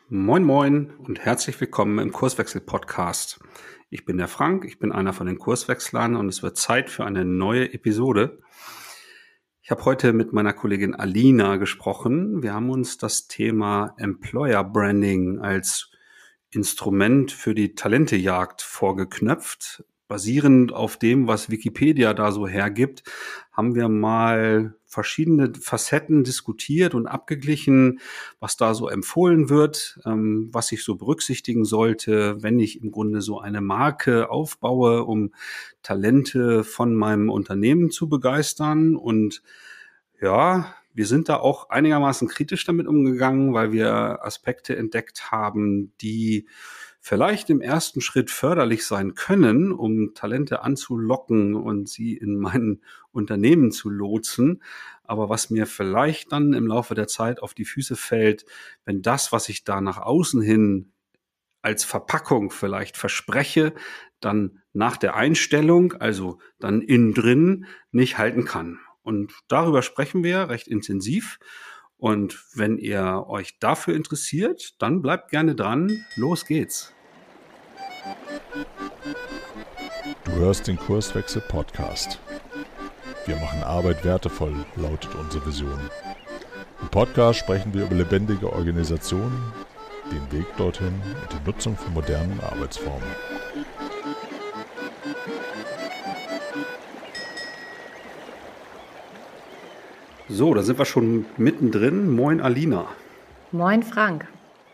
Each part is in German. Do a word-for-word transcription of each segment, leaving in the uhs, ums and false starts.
Moin Moin und herzlich willkommen im Kurswechsel-Podcast. Ich bin der Frank, ich bin einer von den Kurswechslern und es wird Zeit für eine neue Episode. Ich habe heute mit meiner Kollegin Alina gesprochen. Wir haben uns das Thema Employer Branding als Instrument für die Talentejagd vorgeknöpft. Basierend auf dem, was Wikipedia da so hergibt, haben wir mal verschiedene Facetten diskutiert und abgeglichen, was da so empfohlen wird, ähm, was ich so berücksichtigen sollte, wenn ich im Grunde so eine Marke aufbaue, um Talente von meinem Unternehmen zu begeistern. Und ja, wir sind da auch einigermaßen kritisch damit umgegangen, weil wir Aspekte entdeckt haben, die vielleicht im ersten Schritt förderlich sein können, um Talente anzulocken und sie in mein Unternehmen zu lotsen. Aber was mir vielleicht dann im Laufe der Zeit auf die Füße fällt, wenn das, was ich da nach außen hin als Verpackung vielleicht verspreche, dann nach der Einstellung, also dann innen drin, nicht halten kann. Und darüber sprechen wir recht intensiv. Und wenn ihr euch dafür interessiert, dann bleibt gerne dran. Los geht's. Du hörst den Kurswechsel-Podcast. Wir machen Arbeit wertevoll, lautet unsere Vision. Im Podcast sprechen wir über lebendige Organisationen, den Weg dorthin und die Nutzung von modernen Arbeitsformen. So, da sind wir schon mittendrin. Moin Alina. Moin Frank.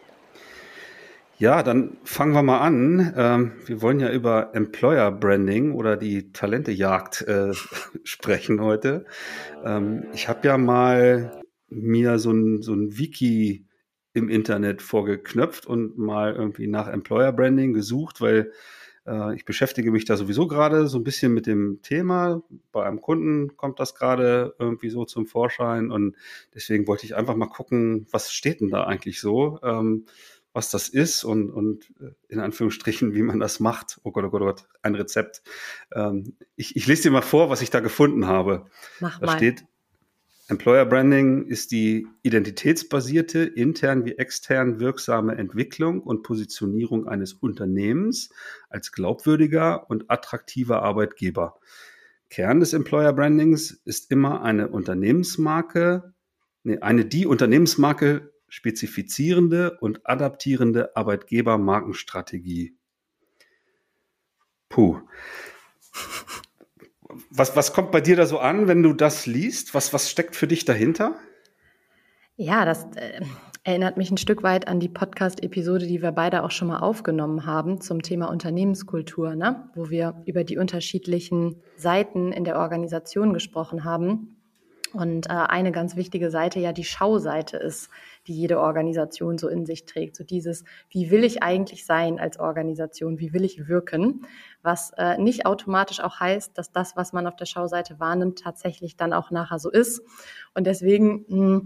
Ja, dann fangen wir mal an. Ähm, wir wollen ja über Employer Branding oder die Talentejagd äh, sprechen heute. Ähm, ich habe ja mal mir so ein, so ein Wiki im Internet vorgeknöpft und mal irgendwie nach Employer Branding gesucht, weil äh, ich beschäftige mich da sowieso gerade so ein bisschen mit dem Thema. Bei einem Kunden kommt das gerade irgendwie so zum Vorschein und deswegen wollte ich einfach mal gucken, was steht denn da eigentlich so? Ähm, was das ist und, und in Anführungsstrichen, wie man das macht. Oh Gott, oh Gott, oh Gott, ein Rezept. Ähm, ich, ich lese dir mal vor, was ich da gefunden habe. Mach Da mal. steht, Employer Branding ist die identitätsbasierte, intern wie extern wirksame Entwicklung und Positionierung eines Unternehmens als glaubwürdiger und attraktiver Arbeitgeber. Kern des Employer Brandings ist immer eine Unternehmensmarke, nee, eine die Unternehmensmarke spezifizierende und adaptierende Arbeitgebermarkenstrategie. Puh. Was, was kommt bei dir da so an, wenn du das liest? Was, was steckt für dich dahinter? Ja, das äh, erinnert mich ein Stück weit an die Podcast-Episode, die wir beide auch schon mal aufgenommen haben zum Thema Unternehmenskultur, ne? Wo wir über die unterschiedlichen Seiten in der Organisation gesprochen haben. Und äh, eine ganz wichtige Seite ja die Schauseite ist, die jede Organisation so in sich trägt. So dieses, wie will ich eigentlich sein als Organisation? Wie will ich wirken? Was äh, nicht automatisch auch heißt, dass das, was man auf der Schauseite wahrnimmt, tatsächlich dann auch nachher so ist. Und deswegen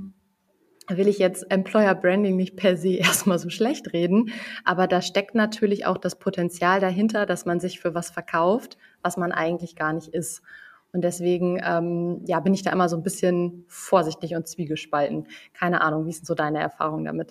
mh, will ich jetzt Employer Branding nicht per se erstmal so schlecht reden, aber da steckt natürlich auch das Potenzial dahinter, dass man sich für was verkauft, was man eigentlich gar nicht ist. Und deswegen ähm, ja, bin ich da immer so ein bisschen vorsichtig und zwiegespalten. Keine Ahnung, wie ist denn so deine Erfahrung damit?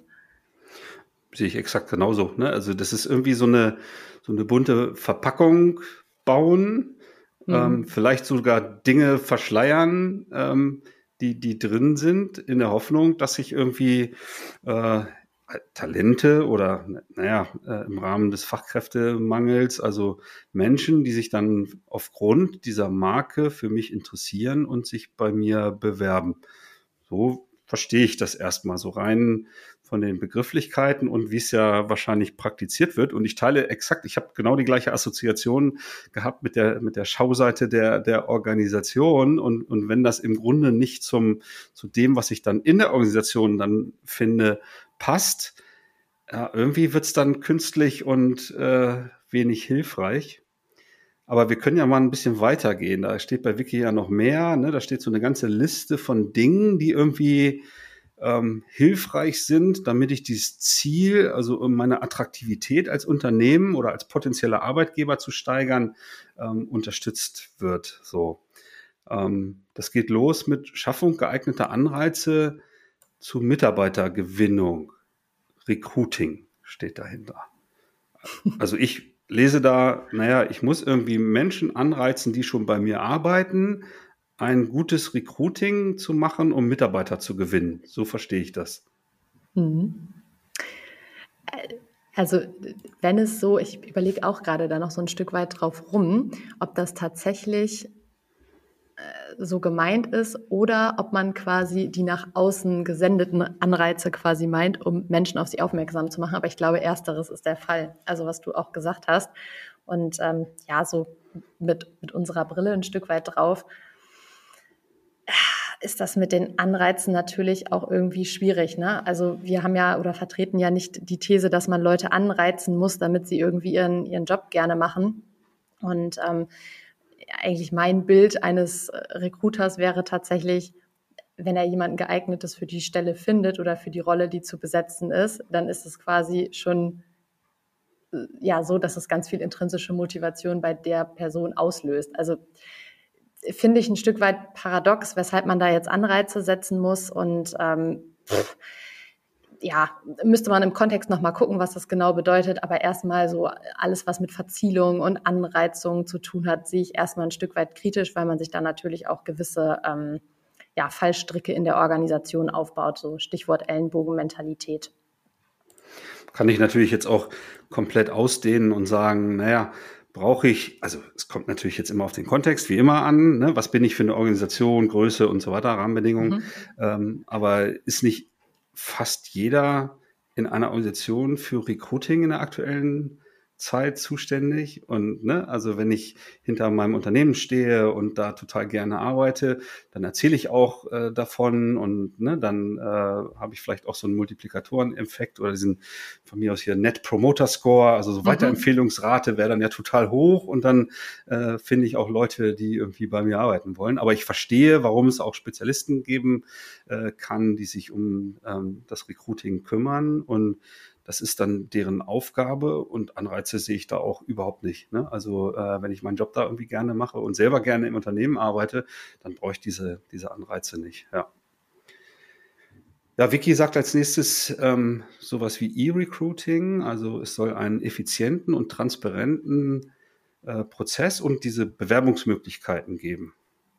Sehe ich exakt genauso. Ne? Also das ist irgendwie so eine, so eine bunte Verpackung bauen, Mhm. ähm, vielleicht sogar Dinge verschleiern, ähm, die, die drin sind, in der Hoffnung, dass sich irgendwie äh, Talente oder, naja, äh, im Rahmen des Fachkräftemangels, also Menschen, die sich dann aufgrund dieser Marke für mich interessieren und sich bei mir bewerben. So verstehe ich das erstmal so rein von den Begrifflichkeiten und wie es ja wahrscheinlich praktiziert wird. Und ich teile exakt, ich habe genau die gleiche Assoziation gehabt mit der, mit der Schauseite der, der Organisation. Und, und wenn das im Grunde nicht zum, zu dem, was ich dann in der Organisation dann finde, passt, ja, irgendwie wird's dann künstlich und äh, wenig hilfreich. Aber wir können ja mal ein bisschen weitergehen. Da steht bei Wiki ja noch mehr. Ne? Da steht so eine ganze Liste von Dingen, die irgendwie ähm, hilfreich sind, damit ich dieses Ziel, also um meine Attraktivität als Unternehmen oder als potenzieller Arbeitgeber zu steigern, ähm, unterstützt wird. So, ähm, das geht los mit Schaffung geeigneter Anreize zur Mitarbeitergewinnung. Recruiting steht dahinter. Also ich lese da, naja, ich muss irgendwie Menschen anreizen, die schon bei mir arbeiten, ein gutes Recruiting zu machen, um Mitarbeiter zu gewinnen. So verstehe ich das. Mhm. Also wenn es so, ich überlege auch gerade da noch so ein Stück weit drauf rum, ob das tatsächlich äh, so gemeint ist oder ob man quasi die nach außen gesendeten Anreize quasi meint, um Menschen auf sie aufmerksam zu machen. Aber ich glaube, ersteres ist der Fall. Also was du auch gesagt hast. Und ähm, ja, so mit, mit unserer Brille ein Stück weit drauf, ist das mit den Anreizen natürlich auch irgendwie schwierig, ne? Also wir haben ja oder vertreten ja nicht die These, dass man Leute anreizen muss, damit sie irgendwie ihren, ihren Job gerne machen. Und ähm, eigentlich mein Bild eines Recruiters wäre tatsächlich, wenn er jemanden geeignetes für die Stelle findet oder für die Rolle, die zu besetzen ist, dann ist es quasi schon ja so, dass es ganz viel intrinsische Motivation bei der Person auslöst. Also finde ich ein Stück weit paradox, weshalb man da jetzt Anreize setzen muss. Und ähm, pff, ja, müsste man im Kontext nochmal gucken, was das genau bedeutet. Aber erstmal so alles, was mit Verzielung und Anreizung zu tun hat, sehe ich erstmal ein Stück weit kritisch, weil man sich da natürlich auch gewisse ähm, ja, Fallstricke in der Organisation aufbaut. So Stichwort Ellenbogenmentalität. Kann ich natürlich jetzt auch komplett ausdehnen und sagen, naja, brauche ich, also es kommt natürlich jetzt immer auf den Kontext, wie immer an, ne? Was bin ich für eine Organisation, Größe und so weiter, Rahmenbedingungen. Mhm. Ähm, aber ist nicht fast jeder in einer Organisation für Recruiting in der aktuellen Zeit zuständig? Und ne, also wenn ich hinter meinem Unternehmen stehe und da total gerne arbeite, dann erzähle ich auch äh, davon und ne, dann äh, habe ich vielleicht auch so einen Multiplikatoren-Effekt oder diesen von mir aus hier Net Promoter Score, also so Weiterempfehlungsrate wäre dann ja total hoch und dann äh, finde ich auch Leute, die irgendwie bei mir arbeiten wollen. Aber ich verstehe, warum es auch Spezialisten geben äh, kann, die sich um ähm, das Recruiting kümmern und das ist dann deren Aufgabe und Anreize sehe ich da auch überhaupt nicht. Ne? Also äh, wenn ich meinen Job da irgendwie gerne mache und selber gerne im Unternehmen arbeite, dann brauche ich diese, diese Anreize nicht. Ja. Ja, Vicky sagt als nächstes ähm, sowas wie E-Recruiting. Also es soll einen effizienten und transparenten äh, Prozess und diese Bewerbungsmöglichkeiten geben.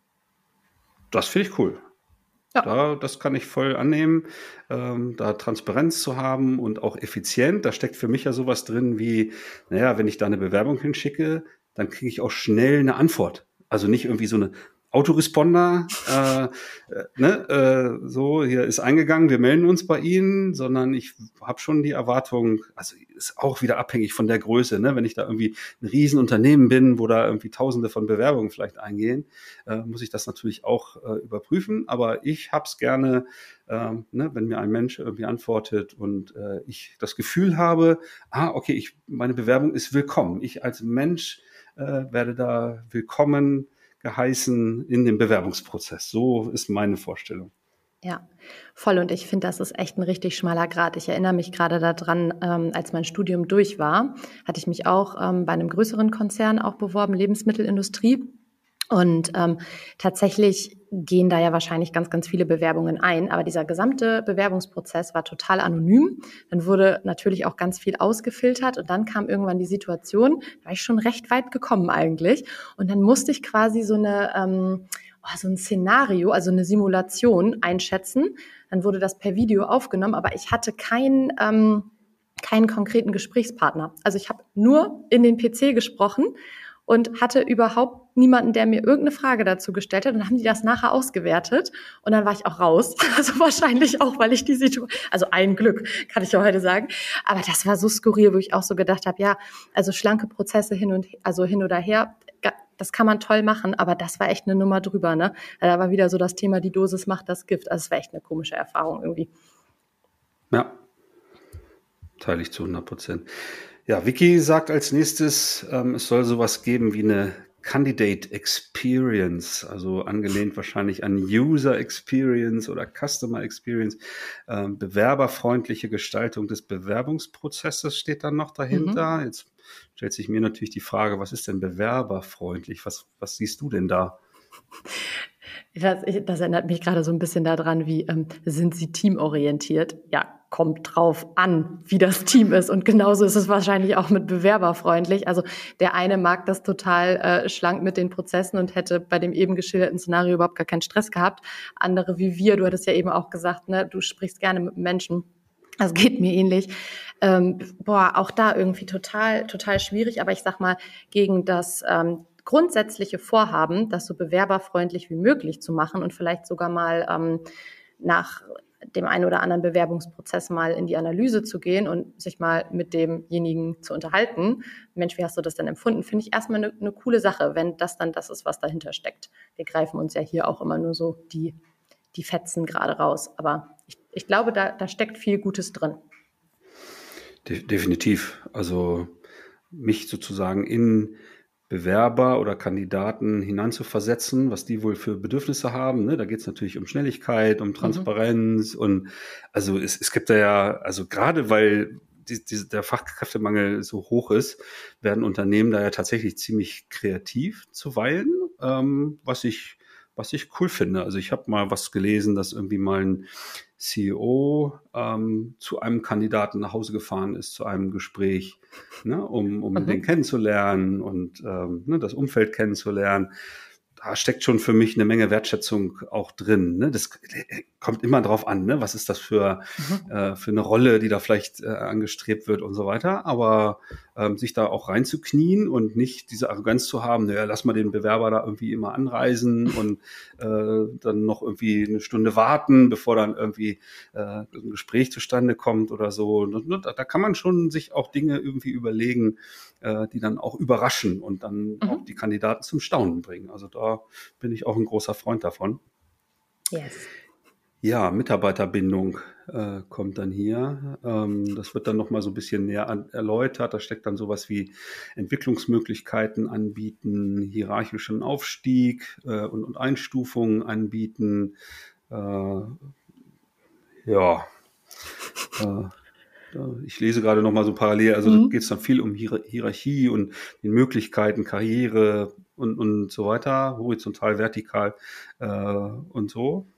Das finde ich cool. Ja. Da, das kann ich voll annehmen, ähm, da Transparenz zu haben und auch effizient. Da steckt für mich ja sowas drin wie, naja, wenn ich da eine Bewerbung hinschicke, dann kriege ich auch schnell eine Antwort. Also nicht irgendwie so eine Autoresponder, äh, äh, ne, äh, so, hier ist eingegangen, wir melden uns bei Ihnen, sondern ich habe schon die Erwartung, also ist auch wieder abhängig von der Größe, ne, wenn ich da irgendwie ein Riesenunternehmen bin, wo da irgendwie Tausende von Bewerbungen vielleicht eingehen, äh, muss ich das natürlich auch äh, überprüfen, aber ich hab's gerne, äh, ne, wenn mir ein Mensch irgendwie antwortet und äh, ich das Gefühl habe, ah, okay, ich, meine Bewerbung ist willkommen. Ich als Mensch äh, werde da willkommen geheißen in dem Bewerbungsprozess. So ist meine Vorstellung. Ja, voll. Und ich finde, das ist echt ein richtig schmaler Grat. Ich erinnere mich gerade daran, ähm, als mein Studium durch war, hatte ich mich auch ähm, bei einem größeren Konzern auch beworben, Lebensmittelindustrie. Und ähm, tatsächlich gehen da ja wahrscheinlich ganz, ganz viele Bewerbungen ein. Aber dieser gesamte Bewerbungsprozess war total anonym. Dann wurde natürlich auch ganz viel ausgefiltert. Und dann kam irgendwann die Situation, da war ich schon recht weit gekommen eigentlich. Und dann musste ich quasi so eine ähm, oh, so ein Szenario, also eine Simulation einschätzen. Dann wurde das per Video aufgenommen. Aber ich hatte keinen ähm, keinen konkreten Gesprächspartner. Also ich habe nur in den P C gesprochen und hatte überhaupt niemanden, der mir irgendeine Frage dazu gestellt hat. Und dann haben die das nachher ausgewertet und dann war ich auch raus. Also wahrscheinlich auch, weil ich die Situation, also ein Glück, kann ich ja heute sagen. Aber das war so skurril, wo ich auch so gedacht habe, ja, also schlanke Prozesse hin und also hin oder her, das kann man toll machen, aber das war echt eine Nummer drüber, ne? Da war wieder so das Thema, die Dosis macht das Gift. Also es war echt eine komische Erfahrung irgendwie. Ja, teile ich zu hundert Prozent. Ja, Vicky sagt als nächstes, ähm, es soll sowas geben wie eine Candidate Experience, also angelehnt wahrscheinlich an User Experience oder Customer Experience. Ähm, bewerberfreundliche Gestaltung des Bewerbungsprozesses steht dann noch dahinter. Mhm. Jetzt stellt sich mir natürlich die Frage, was ist denn bewerberfreundlich? Was, was siehst du denn da? Das, das erinnert mich gerade so ein bisschen daran, wie ähm, sind Sie teamorientiert? Ja, kommt drauf an, wie das Team ist. Und genauso ist es wahrscheinlich auch mit bewerberfreundlich. Also der eine mag das total äh, schlank mit den Prozessen und hätte bei dem eben geschilderten Szenario überhaupt gar keinen Stress gehabt. Andere wie wir, du hattest ja eben auch gesagt, ne, du sprichst gerne mit Menschen. Das geht mir ähnlich. Ähm, boah, auch da irgendwie total, total schwierig. Aber ich sag mal, gegen das ähm, grundsätzliche Vorhaben, das so bewerberfreundlich wie möglich zu machen und vielleicht sogar mal ähm, nach dem einen oder anderen Bewerbungsprozess mal in die Analyse zu gehen und sich mal mit demjenigen zu unterhalten. Mensch, wie hast du das denn empfunden? Finde ich erstmal eine, eine coole Sache, wenn das dann das ist, was dahinter steckt. Wir greifen uns ja hier auch immer nur so die, die Fetzen gerade raus. Aber ich, ich glaube, da, da steckt viel Gutes drin. De- definitiv. Also mich sozusagen in Bewerber oder Kandidaten hineinzuversetzen, was die wohl für Bedürfnisse haben. Ne? Da geht es natürlich um Schnelligkeit, um Transparenz mhm. und also es, es gibt da ja, also gerade weil die, die, der Fachkräftemangel so hoch ist, werden Unternehmen da ja tatsächlich ziemlich kreativ zuweilen, ähm, was ich was ich cool finde. Also ich habe mal was gelesen, dass irgendwie mal ein C E O ähm, zu einem Kandidaten nach Hause gefahren ist, zu einem Gespräch, ne, um, um mhm. den kennenzulernen und ähm, ne, das Umfeld kennenzulernen. Da steckt schon für mich eine Menge Wertschätzung auch drin. Ne? Das kommt immer drauf an, ne? Was ist das für, mhm. äh, für eine Rolle, die da vielleicht äh, angestrebt wird und so weiter. Aber ähm, sich da auch reinzuknien und nicht diese Arroganz zu haben, naja, lass mal den Bewerber da irgendwie immer anreisen und äh, dann noch irgendwie eine Stunde warten, bevor dann irgendwie äh, ein Gespräch zustande kommt oder so. Da, da kann man schon sich auch Dinge irgendwie überlegen, äh, die dann auch überraschen und dann mhm. auch die Kandidaten zum Staunen bringen. Also da bin ich auch ein großer Freund davon. Yes. Ja, Mitarbeiterbindung äh, kommt dann hier. Ähm, das wird dann nochmal so ein bisschen näher an, erläutert. Da steckt dann sowas wie Entwicklungsmöglichkeiten anbieten, hierarchischen Aufstieg äh, und, und Einstufungen anbieten. Äh, ja, äh, ich lese gerade noch mal so parallel, also mhm. da geht es dann viel um Hier- Hierarchie und den Möglichkeiten, Karriere und, und so weiter, horizontal, vertikal äh, und so.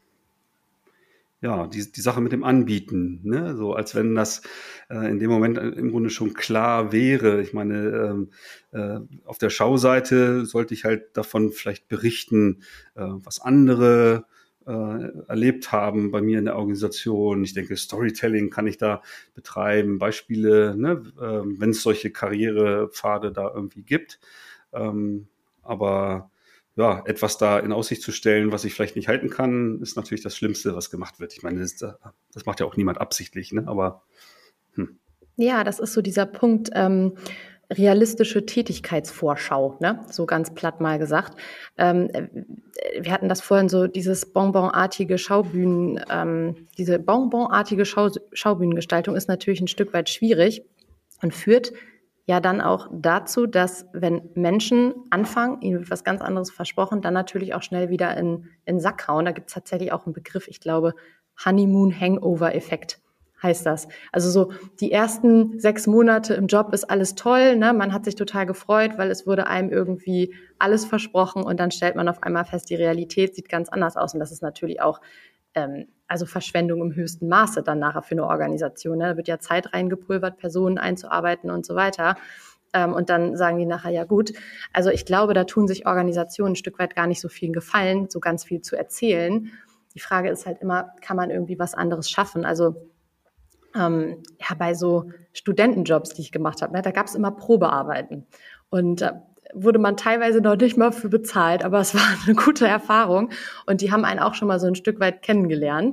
Ja, die, die Sache mit dem Anbieten, ne? So als wenn das äh, in dem Moment im Grunde schon klar wäre. Ich meine, ähm, äh, auf der Schauseite sollte ich halt davon vielleicht berichten, äh, was andere erlebt haben bei mir in der Organisation. Ich denke, Storytelling kann ich da betreiben, Beispiele, ne, wenn es solche Karrierepfade da irgendwie gibt. Ähm, aber ja, etwas da in Aussicht zu stellen, was ich vielleicht nicht halten kann, ist natürlich das Schlimmste, was gemacht wird. Ich meine, das, das macht ja auch niemand absichtlich, ne? Aber hm. Ja, das ist so dieser Punkt, ähm, realistische Tätigkeitsvorschau, ne? So ganz platt mal gesagt. Ähm, wir hatten das vorhin so, dieses Bonbonartige Schaubühnen, ähm, diese Bonbonartige Schau, Schaubühnengestaltung ist natürlich ein Stück weit schwierig und führt ja dann auch dazu, dass wenn Menschen anfangen, ihnen wird was ganz anderes versprochen, dann natürlich auch schnell wieder in, in den Sack hauen. Da gibt es tatsächlich auch einen Begriff, ich glaube, Honeymoon-Hangover-Effekt. Heißt das. Also so die ersten sechs Monate im Job ist alles toll, ne? Man hat sich total gefreut, weil es wurde einem irgendwie alles versprochen und dann stellt man auf einmal fest, die Realität sieht ganz anders aus und das ist natürlich auch ähm, also Verschwendung im höchsten Maße dann nachher für eine Organisation. Ne? Da wird ja Zeit reingepulvert, Personen einzuarbeiten und so weiter. Ähm, und dann sagen die nachher, ja gut, also ich glaube, da tun sich Organisationen ein Stück weit gar nicht so viel Gefallen, so ganz viel zu erzählen. Die Frage ist halt immer, kann man irgendwie was anderes schaffen? Also Ähm, ja, bei so Studentenjobs, die ich gemacht habe, ne, da gab es immer Probearbeiten. Und da wurde man teilweise noch nicht mal für bezahlt, aber es war eine gute Erfahrung. Und die haben einen auch schon mal so ein Stück weit kennengelernt.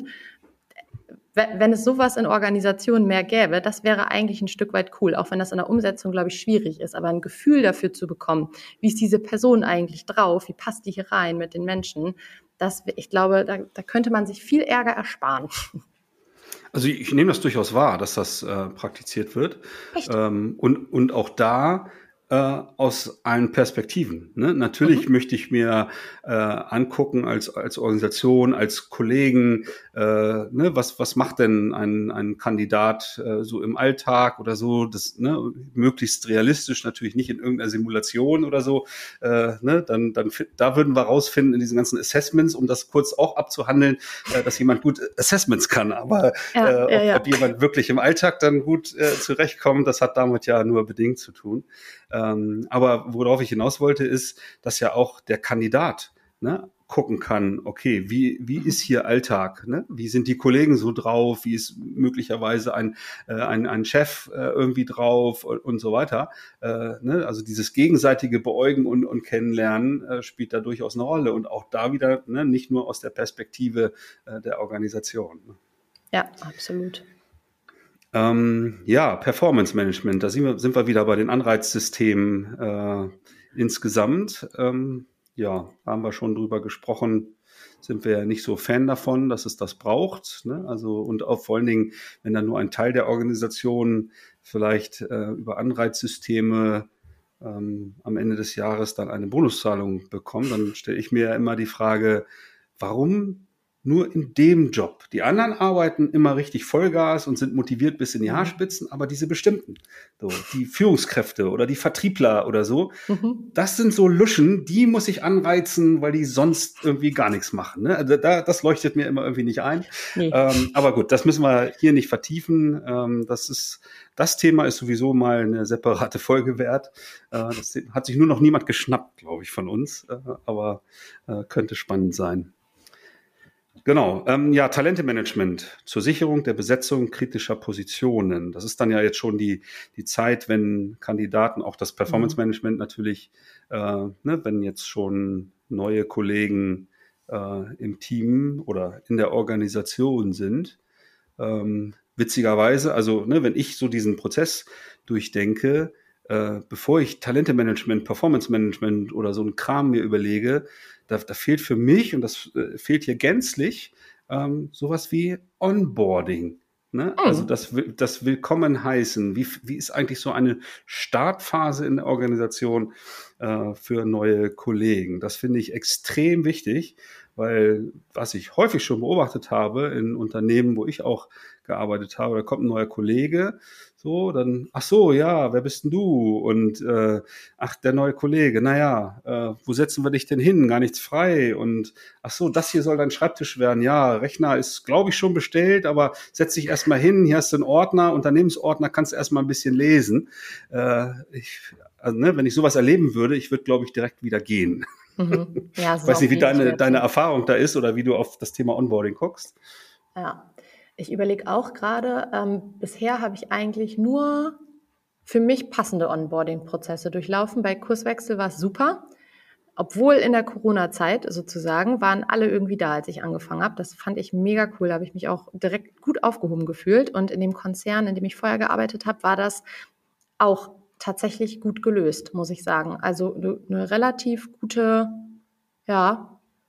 Wenn es sowas in Organisationen mehr gäbe, das wäre eigentlich ein Stück weit cool, auch wenn das in der Umsetzung, glaube ich, schwierig ist. Aber ein Gefühl dafür zu bekommen, wie ist diese Person eigentlich drauf, wie passt die hier rein mit den Menschen, das, ich glaube, da, da könnte man sich viel Ärger ersparen. Also ich, ich nehme das durchaus wahr, dass das äh, praktiziert wird. Ähm, und, und auch da Äh, aus allen Perspektiven. Ne? Natürlich mhm. möchte ich mir äh, angucken als als Organisation, als Kollegen, äh, ne? was was macht denn ein ein Kandidat äh, so im Alltag oder so, das ne? möglichst realistisch, natürlich nicht in irgendeiner Simulation oder so. Äh, ne? Dann dann da würden wir rausfinden in diesen ganzen Assessments, um das kurz auch abzuhandeln, äh, dass jemand gut Assessments kann, aber ja, äh, ob, ja, ja. ob jemand wirklich im Alltag dann gut äh, zurechtkommt, das hat damit ja nur bedingt zu tun. Ähm, aber worauf ich hinaus wollte, ist, dass ja auch der Kandidat ne, gucken kann, okay, wie wie ist hier Alltag? Ne? Wie sind die Kollegen so drauf? Wie ist möglicherweise ein äh, ein, ein Chef äh, irgendwie drauf und, und so weiter? Äh, ne? Also dieses gegenseitige Beäugen und, und Kennenlernen äh, spielt da durchaus eine Rolle. Und auch da wieder ne, nicht nur aus der Perspektive äh, der Organisation. Ne? Ja, absolut. Ähm, ja, Performance Management, da sind wir, sind wir wieder bei den Anreizsystemen äh, insgesamt. Ähm, ja, haben wir schon drüber gesprochen, sind wir ja nicht so Fan davon, dass es das braucht. Ne? Also und auch vor allen Dingen, wenn dann nur ein Teil der Organisation vielleicht äh, über Anreizsysteme ähm, am Ende des Jahres dann eine Bonuszahlung bekommt, dann stelle ich mir ja immer die Frage, warum nur in dem Job? Die anderen arbeiten immer richtig Vollgas und sind motiviert bis in die Haarspitzen, aber diese bestimmten, so die Führungskräfte oder die Vertriebler oder so, mhm. das sind so Luschen, die muss ich anreizen, weil die sonst irgendwie gar nichts machen. Ne? Also da, das leuchtet mir immer irgendwie nicht ein. Nee. Ähm, aber gut, das müssen wir hier nicht vertiefen. Ähm, das ist Das Thema ist sowieso mal eine separate Folge wert. Äh, das hat sich nur noch niemand geschnappt, glaube ich, von uns, äh, aber äh, könnte spannend sein. Genau, ähm, ja, Talentemanagement zur Sicherung der Besetzung kritischer Positionen. Das ist dann ja jetzt schon die die Zeit, wenn Kandidaten, auch das Performance Management natürlich, äh, ne, wenn jetzt schon neue Kollegen äh, im Team oder in der Organisation sind. Ähm, witzigerweise, also ne, wenn ich so diesen Prozess durchdenke, äh, bevor ich Talentemanagement, Performance Management oder so einen Kram mir überlege, Da, da fehlt für mich, und das äh, fehlt hier gänzlich, ähm, sowas wie Onboarding. Ne? Oh. Also das, das Willkommen heißen. Wie, wie ist eigentlich so eine Startphase in der Organisation äh, für neue Kollegen? Das finde ich extrem wichtig, weil was ich häufig schon beobachtet habe in Unternehmen, wo ich auch gearbeitet habe, da kommt ein neuer Kollege, so, dann, ach so, ja, wer bist denn du? Und äh, ach, der neue Kollege, naja, äh, wo setzen wir dich denn hin? Gar nichts frei. Und ach so, das hier soll dein Schreibtisch werden. Ja, Rechner ist, glaube ich, schon bestellt, aber setz dich erstmal hin, hier hast du einen Ordner, Unternehmensordner, kannst du erstmal ein bisschen lesen. Äh, ich, also, ne, wenn ich sowas erleben würde, ich würde, glaube ich, direkt wieder gehen. Mhm. Ja, ich weiß nicht, wie deine, deine Erfahrung da ist oder wie du auf das Thema Onboarding guckst. Ja. Ich überlege auch gerade, ähm, bisher habe ich eigentlich nur für mich passende Onboarding-Prozesse durchlaufen. Bei Kurswechsel war es super. Obwohl in der Corona-Zeit sozusagen waren alle irgendwie da, als ich angefangen habe. Das fand ich mega cool. Da habe ich mich auch direkt gut aufgehoben gefühlt. Und in dem Konzern, in dem ich vorher gearbeitet habe, war das auch tatsächlich gut gelöst, muss ich sagen. Also eine relativ gute, ja,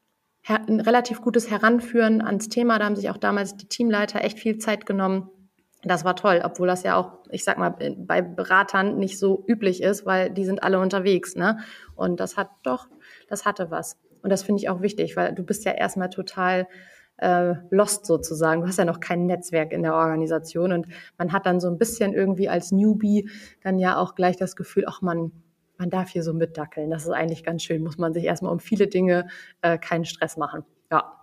ein relativ gutes Heranführen ans Thema. Da haben sich auch damals die Teamleiter echt viel Zeit genommen. Das war toll, obwohl das ja auch, ich sag mal, bei Beratern nicht so üblich ist, weil die sind alle unterwegs, ne? Und das hat doch, das hatte was. Und das finde ich auch wichtig, weil du bist ja erstmal total äh, lost sozusagen. Du hast ja noch kein Netzwerk in der Organisation und man hat dann so ein bisschen irgendwie als Newbie dann ja auch gleich das Gefühl, ach man, man darf hier so mitdackeln. Das ist eigentlich ganz schön. Muss man sich erstmal um viele Dinge äh, keinen Stress machen. Ja.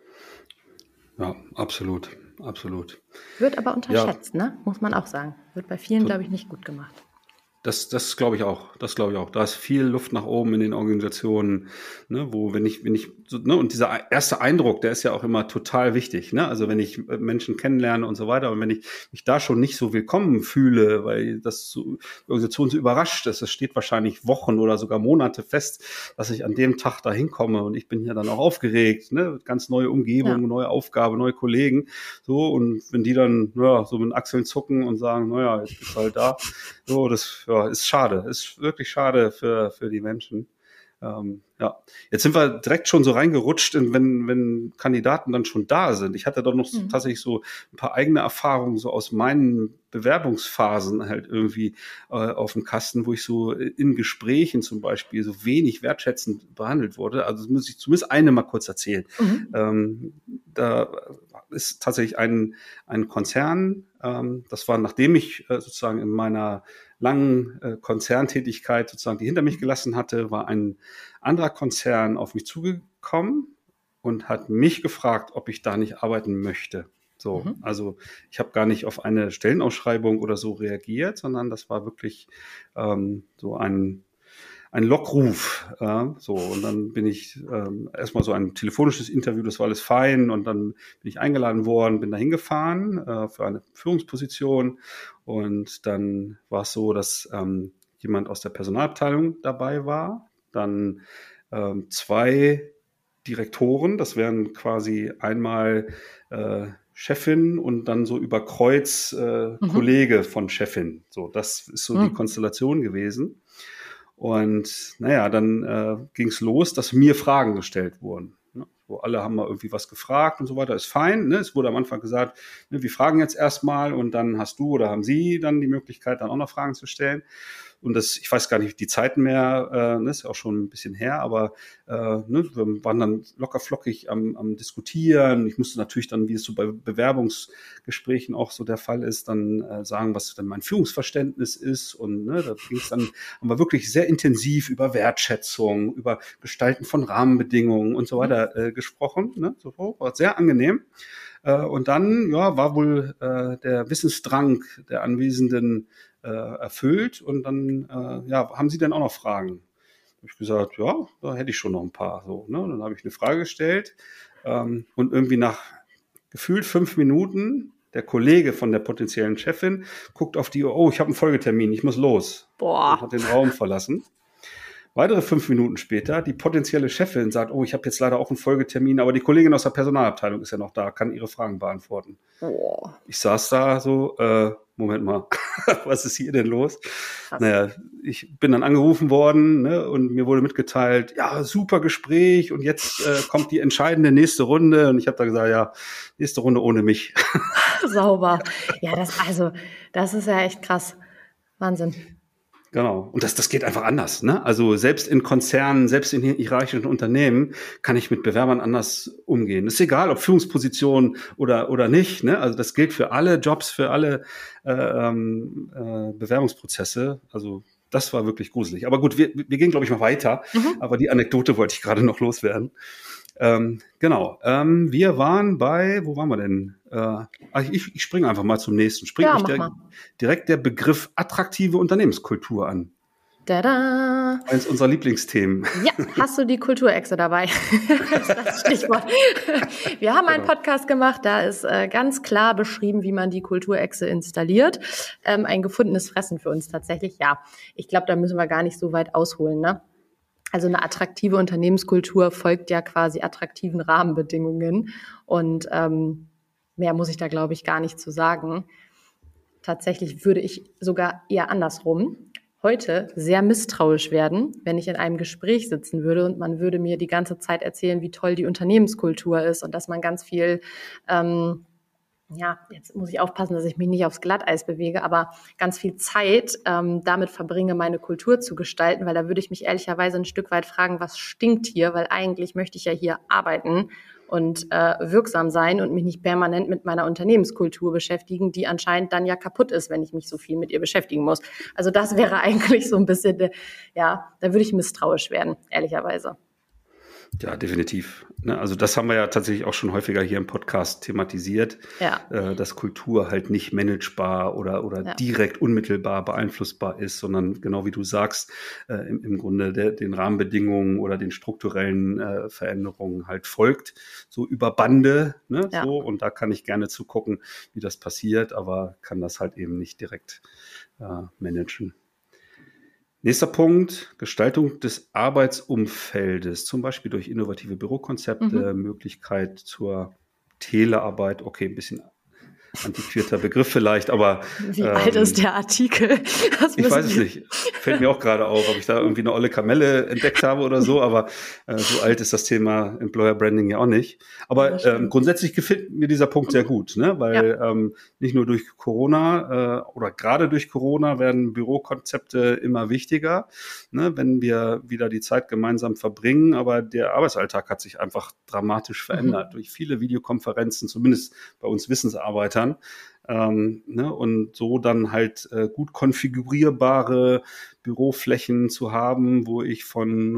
Ja, absolut. Absolut. Wird aber unterschätzt, ja. Ne? Muss man auch sagen. Wird bei vielen, glaube ich, nicht gut gemacht. Das, das glaube ich auch. Das glaube ich auch. Da ist viel Luft nach oben in den Organisationen, ne, wo, wenn ich, wenn ich, so, ne, und dieser erste Eindruck, der ist ja auch immer total wichtig, ne? Also wenn ich Menschen kennenlerne und so weiter und wenn ich mich da schon nicht so willkommen fühle, weil das so, die Organisation so überrascht ist, es steht wahrscheinlich Wochen oder sogar Monate fest, dass ich an dem Tag da hinkomme und ich bin hier dann auch aufgeregt, ne? Ganz neue Umgebung, ja. Neue Aufgabe, neue Kollegen, so, und wenn die dann, ja, so mit den Achseln zucken und sagen, naja, jetzt bist du halt da, so, das, ja, ist schade, ist wirklich schade für, für die Menschen. Ähm, ja, jetzt sind wir direkt schon so reingerutscht, in, wenn, wenn Kandidaten dann schon da sind. Ich hatte doch noch mhm. tatsächlich so ein paar eigene Erfahrungen so aus meinen Bewerbungsphasen halt irgendwie äh, auf dem Kasten, wo ich so in Gesprächen zum Beispiel so wenig wertschätzend behandelt wurde. Also das muss ich zumindest eine mal kurz erzählen. Mhm. Ähm, da ist tatsächlich ein, ein Konzern, ähm, das war, nachdem ich äh, sozusagen in meiner langen äh, Konzerntätigkeit sozusagen, die hinter mich gelassen hatte, war ein anderer Konzern auf mich zugekommen und hat mich gefragt, ob ich da nicht arbeiten möchte. So, mhm. also ich habe gar nicht auf eine Stellenausschreibung oder so reagiert, sondern das war wirklich ähm, so ein ein Lockruf, äh, so, und dann bin ich ähm, erstmal so ein telefonisches Interview, das war alles fein, und dann bin ich eingeladen worden, bin da hingefahren äh, für eine Führungsposition, und dann war es so, dass ähm, jemand aus der Personalabteilung dabei war, dann ähm, zwei Direktoren, das wären quasi einmal äh, Chefin und dann so über Kreuz äh, mhm. Kollege von Chefin, so, das ist so mhm. die Konstellation gewesen. Und naja, dann äh, ging es los, dass mir Fragen gestellt wurden. Ne? Wo alle haben mal irgendwie was gefragt und so weiter, ist fein. Ne? Es wurde am Anfang gesagt, ne, wir fragen jetzt erstmal, und dann hast du oder haben Sie dann die Möglichkeit, dann auch noch Fragen zu stellen. Und das, ich weiß gar nicht die Zeiten mehr, äh, ne, ist ja auch schon ein bisschen her, aber äh, ne, wir waren dann locker flockig am, am Diskutieren. Ich musste natürlich dann, wie es so bei Bewerbungsgesprächen auch so der Fall ist, dann äh, sagen, was dann mein Führungsverständnis ist. Und ne, da ging es dann, haben wir wirklich sehr intensiv über Wertschätzung, über Gestalten von Rahmenbedingungen und so weiter äh, gesprochen. Ne? So, war sehr angenehm. Äh, und dann ja, war wohl äh, der Wissensdrang der Anwesenden äh, erfüllt, und dann äh, ja, haben Sie denn auch noch Fragen? Habe ich gesagt, ja, da hätte ich schon noch ein paar. So, ne? Dann habe ich eine Frage gestellt, ähm, und irgendwie nach gefühlt fünf Minuten der Kollege von der potenziellen Chefin guckt auf die Uhr, oh, ich habe einen Folgetermin, ich muss los. Boah. Und hat den Raum verlassen. Weitere fünf Minuten später, die potenzielle Chefin sagt, oh, ich habe jetzt leider auch einen Folgetermin, aber die Kollegin aus der Personalabteilung ist ja noch da, kann ihre Fragen beantworten. Oh. Ich saß da so, äh, Moment mal, was ist hier denn los? Krass. Naja, ich bin dann angerufen worden, ne, und mir wurde mitgeteilt, ja, super Gespräch, und jetzt äh, kommt die entscheidende nächste Runde, und ich habe da gesagt, ja, nächste Runde ohne mich. Sauber. Ja, das, also, das ist ja echt krass. Wahnsinn. Genau. Und das, das geht einfach anders, ne? Also selbst in Konzernen, selbst in hierarchischen Unternehmen kann ich mit Bewerbern anders umgehen. Es ist egal, ob Führungsposition oder oder nicht, ne? Also das gilt für alle Jobs, für alle äh, äh, Bewerbungsprozesse. Also das war wirklich gruselig. Aber gut, wir, wir gehen, glaube ich, mal weiter. Mhm. Aber die Anekdote wollte ich gerade noch loswerden. Ähm, genau. Ähm, wir waren bei, wo waren wir denn? Äh, ich, ich springe einfach mal zum nächsten. Springt ja, mich der, direkt der Begriff attraktive Unternehmenskultur an. Tada! Eins unserer Lieblingsthemen. Ja, hast du die Kulturechse dabei? Das ist das Stichwort. Wir haben einen Podcast gemacht, da ist äh, ganz klar beschrieben, wie man die Kulturechse installiert. Ähm, ein gefundenes Fressen für uns tatsächlich. Ja, ich glaube, da müssen wir gar nicht so weit ausholen, ne? Also eine attraktive Unternehmenskultur folgt ja quasi attraktiven Rahmenbedingungen, und ähm, mehr muss ich da, glaube ich, gar nicht zu sagen. Tatsächlich würde ich sogar eher andersrum heute sehr misstrauisch werden, wenn ich in einem Gespräch sitzen würde und man würde mir die ganze Zeit erzählen, wie toll die Unternehmenskultur ist und dass man ganz viel ähm, ja, jetzt muss ich aufpassen, dass ich mich nicht aufs Glatteis bewege, aber ganz viel Zeit ähm, damit verbringe, meine Kultur zu gestalten, weil da würde ich mich ehrlicherweise ein Stück weit fragen, was stinkt hier, weil eigentlich möchte ich ja hier arbeiten und äh, wirksam sein und mich nicht permanent mit meiner Unternehmenskultur beschäftigen, die anscheinend dann ja kaputt ist, wenn ich mich so viel mit ihr beschäftigen muss. Also das wäre eigentlich so ein bisschen, de, ja, da würde ich misstrauisch werden, ehrlicherweise. Ja, definitiv. Also das haben wir ja tatsächlich auch schon häufiger hier im Podcast thematisiert, ja. dass Kultur halt nicht managebar oder, oder ja. direkt unmittelbar beeinflussbar ist, sondern genau wie du sagst, im, im Grunde der, den Rahmenbedingungen oder den strukturellen äh, Veränderungen halt folgt, so über Bande, ne, ja. so, und da kann ich gerne zugucken, wie das passiert, aber kann das halt eben nicht direkt äh, managen. Nächster Punkt, Gestaltung des Arbeitsumfeldes, zum Beispiel durch innovative Bürokonzepte, mhm. Möglichkeit zur Telearbeit, okay, ein bisschen antiquierter Begriff vielleicht, aber wie ähm, alt ist der Artikel? Das ich weiß es nicht. Fällt mir auch gerade auf, ob ich da irgendwie eine olle Kamelle entdeckt habe oder so, aber äh, so alt ist das Thema Employer Branding ja auch nicht. Aber ähm, grundsätzlich gefällt mir dieser Punkt sehr gut, ne? Weil ja. ähm, nicht nur durch Corona äh, oder gerade durch Corona werden Bürokonzepte immer wichtiger, ne? Wenn wir wieder die Zeit gemeinsam verbringen, aber der Arbeitsalltag hat sich einfach dramatisch verändert mhm. durch viele Videokonferenzen, zumindest bei uns Wissensarbeitern. Ähm, ne, und so dann halt äh, gut konfigurierbare Büroflächen zu haben, wo ich von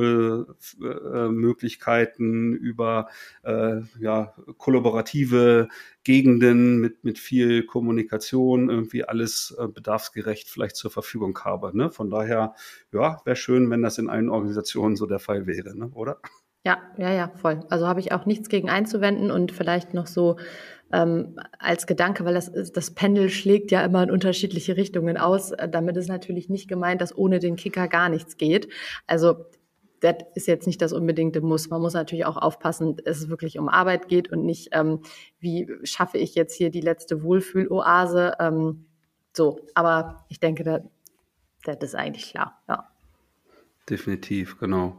Ruhemöglichkeiten äh, über äh, ja, kollaborative Gegenden mit mit viel Kommunikation irgendwie alles äh, bedarfsgerecht vielleicht zur Verfügung habe. Ne? Von daher, ja, wäre schön, wenn das in allen Organisationen so der Fall wäre, ne? Oder? Ja, ja, ja, voll. Also habe ich auch nichts gegen einzuwenden und vielleicht noch so ähm, als Gedanke, weil das, das Pendel schlägt ja immer in unterschiedliche Richtungen aus. Damit ist natürlich nicht gemeint, dass ohne den Kicker gar nichts geht. Also das ist jetzt nicht das unbedingte Muss. Man muss natürlich auch aufpassen, dass es wirklich um Arbeit geht und nicht, ähm, wie schaffe ich jetzt hier die letzte Wohlfühloase. Ähm, so, aber ich denke, das, das ist eigentlich klar, ja. Definitiv, genau.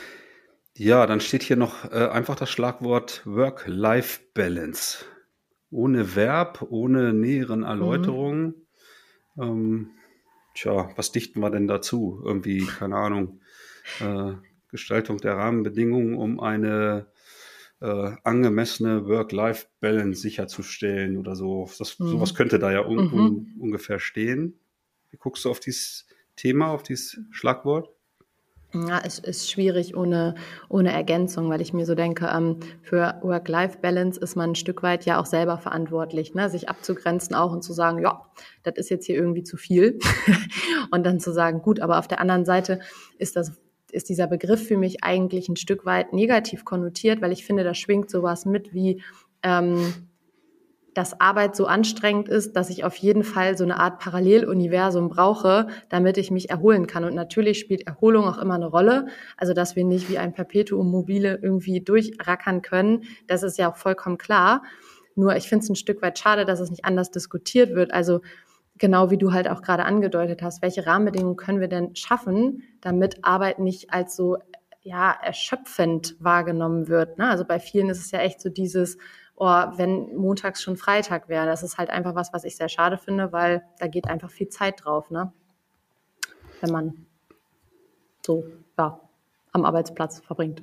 Ja, dann steht hier noch äh, einfach das Schlagwort Work-Life-Balance. Ohne Verb, ohne näheren Erläuterungen. Mhm. Ähm, tja, was dichten wir denn dazu? Irgendwie, keine Ahnung, äh, Gestaltung der Rahmenbedingungen, um eine äh, angemessene Work-Life-Balance sicherzustellen oder so. Das, mhm. Sowas könnte da ja un, mhm. un, ungefähr stehen. Wie guckst du auf dieses Thema, auf dieses Schlagwort? Ja, es ist schwierig ohne, ohne Ergänzung, weil ich mir so denke, ähm, für Work-Life-Balance ist man ein Stück weit ja auch selber verantwortlich, ne? Sich abzugrenzen auch und zu sagen, ja, das ist jetzt hier irgendwie zu viel und dann zu sagen, gut, aber auf der anderen Seite ist das ist dieser Begriff für mich eigentlich ein Stück weit negativ konnotiert, weil ich finde, da schwingt sowas mit wie ähm, dass Arbeit so anstrengend ist, dass ich auf jeden Fall so eine Art Paralleluniversum brauche, damit ich mich erholen kann. Und natürlich spielt Erholung auch immer eine Rolle. Also, dass wir nicht wie ein Perpetuum mobile irgendwie durchrackern können, das ist ja auch vollkommen klar. Nur ich finde es ein Stück weit schade, dass es nicht anders diskutiert wird. Also, genau wie du halt auch gerade angedeutet hast, welche Rahmenbedingungen können wir denn schaffen, damit Arbeit nicht als so, ja, erschöpfend wahrgenommen wird, ne? Also, bei vielen ist es ja echt so dieses, oh, wenn montags schon Freitag wäre. Das ist halt einfach was, was ich sehr schade finde, weil da geht einfach viel Zeit drauf, ne? Wenn man so, ja, am Arbeitsplatz verbringt.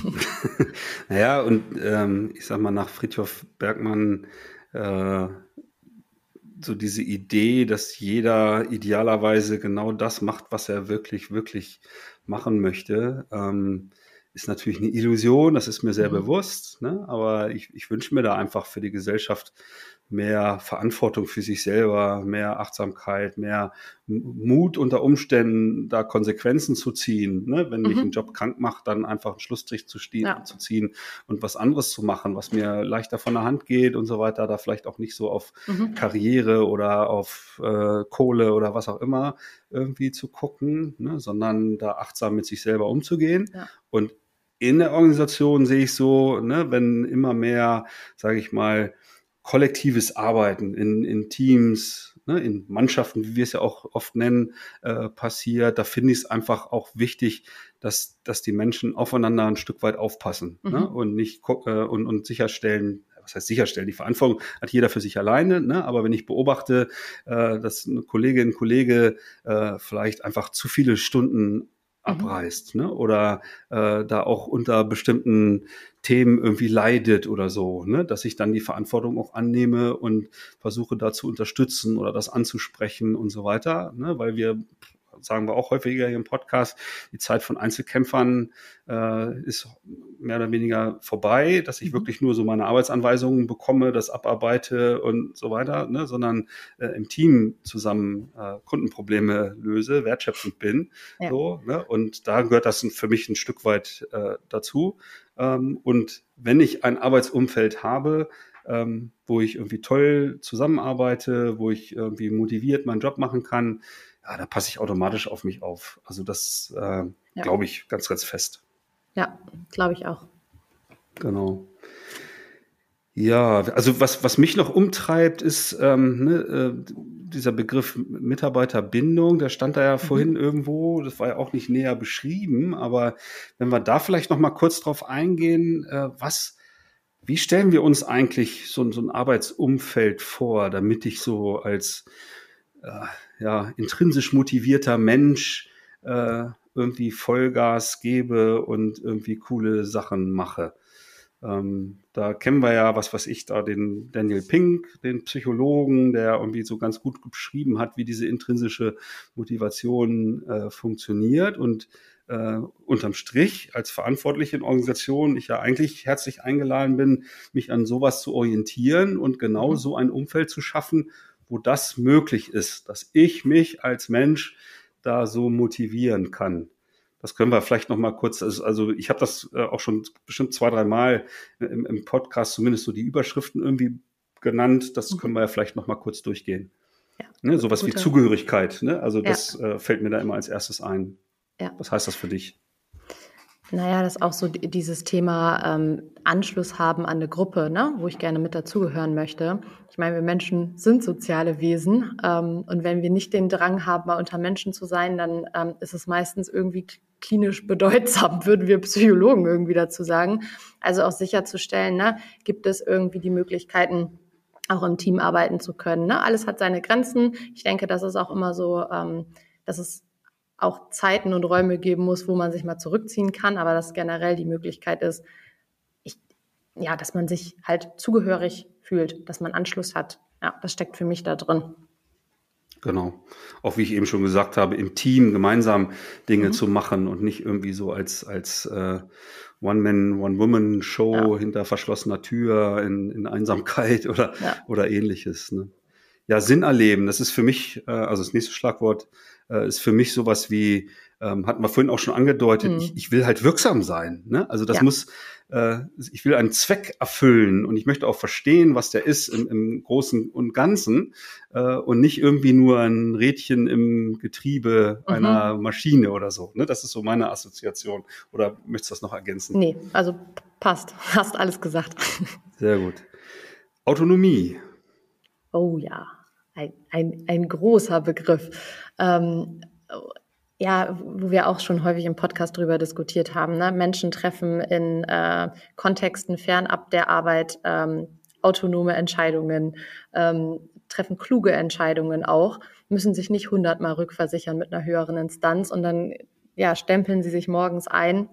Naja, und ähm, ich sag mal, nach Frithjof Bergmann äh, so diese Idee, dass jeder idealerweise genau das macht, was er wirklich, wirklich machen möchte, ähm, ist natürlich eine Illusion, das ist mir sehr mhm. bewusst, ne? Aber ich, ich wünsche mir da einfach für die Gesellschaft mehr Verantwortung für sich selber, mehr Achtsamkeit, mehr Mut unter Umständen, da Konsequenzen zu ziehen, ne? Wenn mhm. mich ein Job krank macht, dann einfach einen Schlussstrich zu, stehen, ja. zu ziehen und was anderes zu machen, was mir leichter von der Hand geht und so weiter, da vielleicht auch nicht so auf mhm. Karriere oder auf äh, Kohle oder was auch immer irgendwie zu gucken, ne? Sondern da achtsam mit sich selber umzugehen. Ja. Und in der Organisation sehe ich so, ne, wenn immer mehr, sage ich mal, kollektives Arbeiten in, in Teams, ne, in Mannschaften, wie wir es ja auch oft nennen, äh, passiert, da finde ich es einfach auch wichtig, dass, dass die Menschen aufeinander ein Stück weit aufpassen, mhm. ne, und nicht äh, und, und sicherstellen, was heißt sicherstellen, die Verantwortung hat jeder für sich alleine, ne, aber wenn ich beobachte, äh, dass eine Kollegin, ein Kollege äh, vielleicht einfach zu viele Stunden abreißt, ne? Oder äh, da auch unter bestimmten Themen irgendwie leidet oder so, ne? Dass ich dann die Verantwortung auch annehme und versuche da zu unterstützen oder das anzusprechen und so weiter, ne? Weil wir, sagen wir auch häufiger hier im Podcast, die Zeit von Einzelkämpfern äh, ist mehr oder weniger vorbei, dass ich mhm. wirklich nur so meine Arbeitsanweisungen bekomme, das abarbeite und so weiter, ne? Sondern äh, im Team zusammen äh, Kundenprobleme löse, wertschöpfend bin. Ja. So, ne? Und da gehört das für mich ein Stück weit äh, dazu. Ähm, und wenn ich ein Arbeitsumfeld habe, ähm, wo ich irgendwie toll zusammenarbeite, wo ich irgendwie motiviert meinen Job machen kann, ja, da passe ich automatisch auf mich auf. Also das äh, ja. glaube ich ganz, ganz fest. Ja, glaube ich auch. Genau. Ja, also was, was mich noch umtreibt, ist ähm, ne, äh, dieser Begriff Mitarbeiterbindung, der stand da ja vorhin Mhm. irgendwo, das war ja auch nicht näher beschrieben, aber wenn wir da vielleicht noch mal kurz drauf eingehen, äh, was, wie stellen wir uns eigentlich so, ein- so ein Arbeitsumfeld vor, damit ich so als äh, ja, intrinsisch motivierter Mensch äh, irgendwie Vollgas gebe und irgendwie coole Sachen mache. Ähm, da kennen wir ja, was weiß ich, da den Daniel Pink, den Psychologen, der irgendwie so ganz gut beschrieben hat, wie diese intrinsische Motivation äh, funktioniert. Und äh, unterm Strich als verantwortliche Organisation ich ja eigentlich herzlich eingeladen bin, mich an sowas zu orientieren und genau Mhm. so ein Umfeld zu schaffen, wo das möglich ist, dass ich mich als Mensch da so motivieren kann. Das können wir vielleicht noch mal kurz, also, also ich habe das äh, auch schon bestimmt zwei, drei Mal im, im Podcast zumindest so die Überschriften irgendwie genannt. Das können Mhm. wir ja vielleicht noch mal kurz durchgehen. Ja, Ne, gut, sowas wie guter. Zugehörigkeit, ne? Also Ja, das äh, fällt mir da immer als erstes ein. ja. Was heißt das für dich? Naja, das ist auch so di- dieses Thema ähm, Anschluss haben an eine Gruppe, ne, wo ich gerne mit dazugehören möchte. Ich meine, wir Menschen sind soziale Wesen ähm, und wenn wir nicht den Drang haben, mal unter Menschen zu sein, dann ähm, ist es meistens irgendwie k- klinisch bedeutsam, würden wir Psychologen irgendwie dazu sagen. Also auch sicherzustellen, ne, gibt es irgendwie die Möglichkeiten, auch im Team arbeiten zu können. Ne? Alles hat seine Grenzen. Ich denke, das ist auch immer so, ähm, dass es auch Zeiten und Räume geben muss, wo man sich mal zurückziehen kann, aber dass generell die Möglichkeit ist, ich, ja, dass man sich halt zugehörig fühlt, dass man Anschluss hat. Ja, das steckt für mich da drin. Genau. Auch wie ich eben schon gesagt habe, im Team gemeinsam Dinge zu Mhm. machen und nicht irgendwie so als, als äh, One-Man, One-Woman-Show Ja, hinter verschlossener Tür in, in Einsamkeit oder, ja. oder ähnliches. Ne? Ja, Sinn erleben, das ist für mich, äh, also das nächste Schlagwort äh, ist für mich sowas wie, ähm, hatten wir vorhin auch schon angedeutet, ich, Mhm. ich will halt wirksam sein. Ne? Also das Ja. muss, äh, ich will einen Zweck erfüllen und ich möchte auch verstehen, was der ist im, im Großen und Ganzen äh, und nicht irgendwie nur ein Rädchen im Getriebe einer Mhm. Maschine oder so. Ne? Das ist so meine Assoziation. Oder möchtest du das noch ergänzen? Nee, also p- passt. Hast alles gesagt. Sehr gut. Autonomie. Oh ja, ein, ein, ein großer Begriff. Ähm, ja, wo wir auch schon häufig im Podcast drüber diskutiert haben. Ne? Menschen treffen in äh, Kontexten fernab der Arbeit ähm, autonome Entscheidungen, ähm, treffen kluge Entscheidungen auch, müssen sich nicht hundertmal rückversichern mit einer höheren Instanz und dann ja, stempeln sie sich morgens ein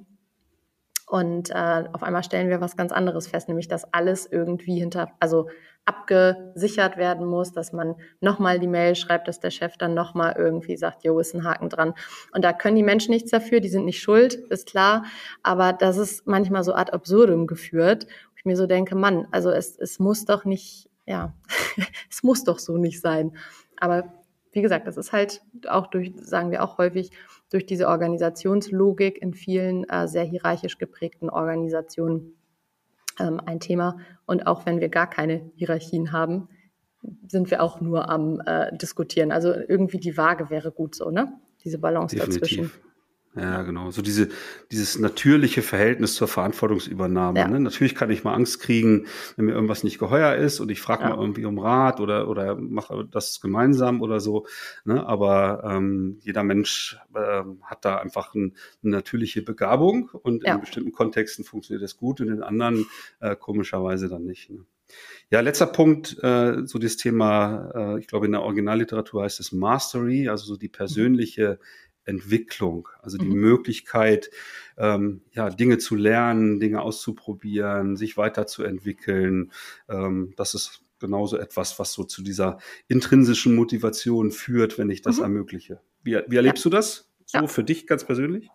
und äh, auf einmal stellen wir was ganz anderes fest, nämlich dass alles irgendwie hinter, also abgesichert werden muss, dass man nochmal die Mail schreibt, dass der Chef dann nochmal irgendwie sagt, jo, ist ein Haken dran. Und da können die Menschen nichts dafür, die sind nicht schuld, ist klar. Aber das ist manchmal so ad absurdum geführt, wo ich mir so denke, Mann, also es, es muss doch nicht, ja, es muss doch so nicht sein. Aber wie gesagt, das ist halt auch durch, sagen wir auch häufig, durch diese Organisationslogik in vielen äh, sehr hierarchisch geprägten Organisationen ähm, ein Thema. Und auch wenn wir gar keine Hierarchien haben, sind wir auch nur am äh, Diskutieren. Also irgendwie die Waage wäre gut so, ne? Diese Balance dazwischen. Definitiv. Ja, Ja, genau. So diese, dieses natürliche Verhältnis zur Verantwortungsübernahme. Ne? ja, Natürlich kann ich mal Angst kriegen, wenn mir irgendwas nicht geheuer ist und ich frage mal ja. irgendwie um Rat oder, oder mache das gemeinsam oder so. Ne? Aber ähm, jeder Mensch ähm, hat da einfach ein, eine natürliche Begabung und in Ja. bestimmten Kontexten funktioniert das gut und in anderen äh, komischerweise dann nicht. Ne? Ja, letzter Punkt, äh, so das Thema, äh, ich glaube in der Originalliteratur heißt es Mastery, also so die Mhm. persönliche Entwicklung, also die Mhm. Möglichkeit, ähm, ja, Dinge zu lernen, Dinge auszuprobieren, sich weiterzuentwickeln. Ähm, das ist genauso etwas, was so zu dieser intrinsischen Motivation führt, wenn ich das Mhm. ermögliche. Wie, wie Ja, erlebst du das so ja. für dich ganz persönlich?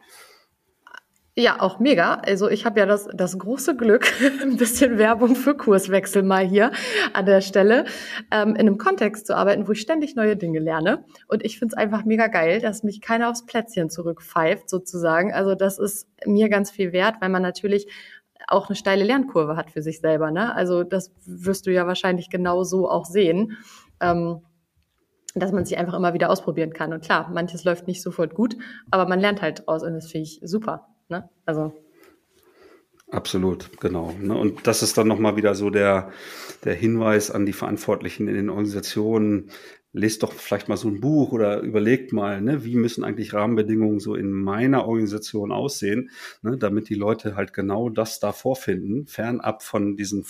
Ja, auch mega. Also ich habe ja das, das große Glück, ein bisschen Werbung für Kurswechsel mal hier an der Stelle, ähm, in einem Kontext zu arbeiten, wo ich ständig neue Dinge lerne. Und ich finde es einfach mega geil, dass mich keiner aufs Plätzchen zurückpfeift, sozusagen. Also das ist mir ganz viel wert, weil man natürlich auch eine steile Lernkurve hat für sich selber. Ne? Also das wirst du ja wahrscheinlich genau so auch sehen. Ähm, dass man sich einfach immer wieder ausprobieren kann. Und klar, manches läuft nicht sofort gut, aber man lernt halt draus und das finde ich super. Ne? Also Absolut, genau. Ne? Und das ist dann nochmal wieder so der, der Hinweis an die Verantwortlichen in den Organisationen. Lest doch vielleicht mal so ein Buch oder überlegt mal, ne, wie müssen eigentlich Rahmenbedingungen so in meiner Organisation aussehen, ne, damit die Leute halt genau das da vorfinden, fernab von diesen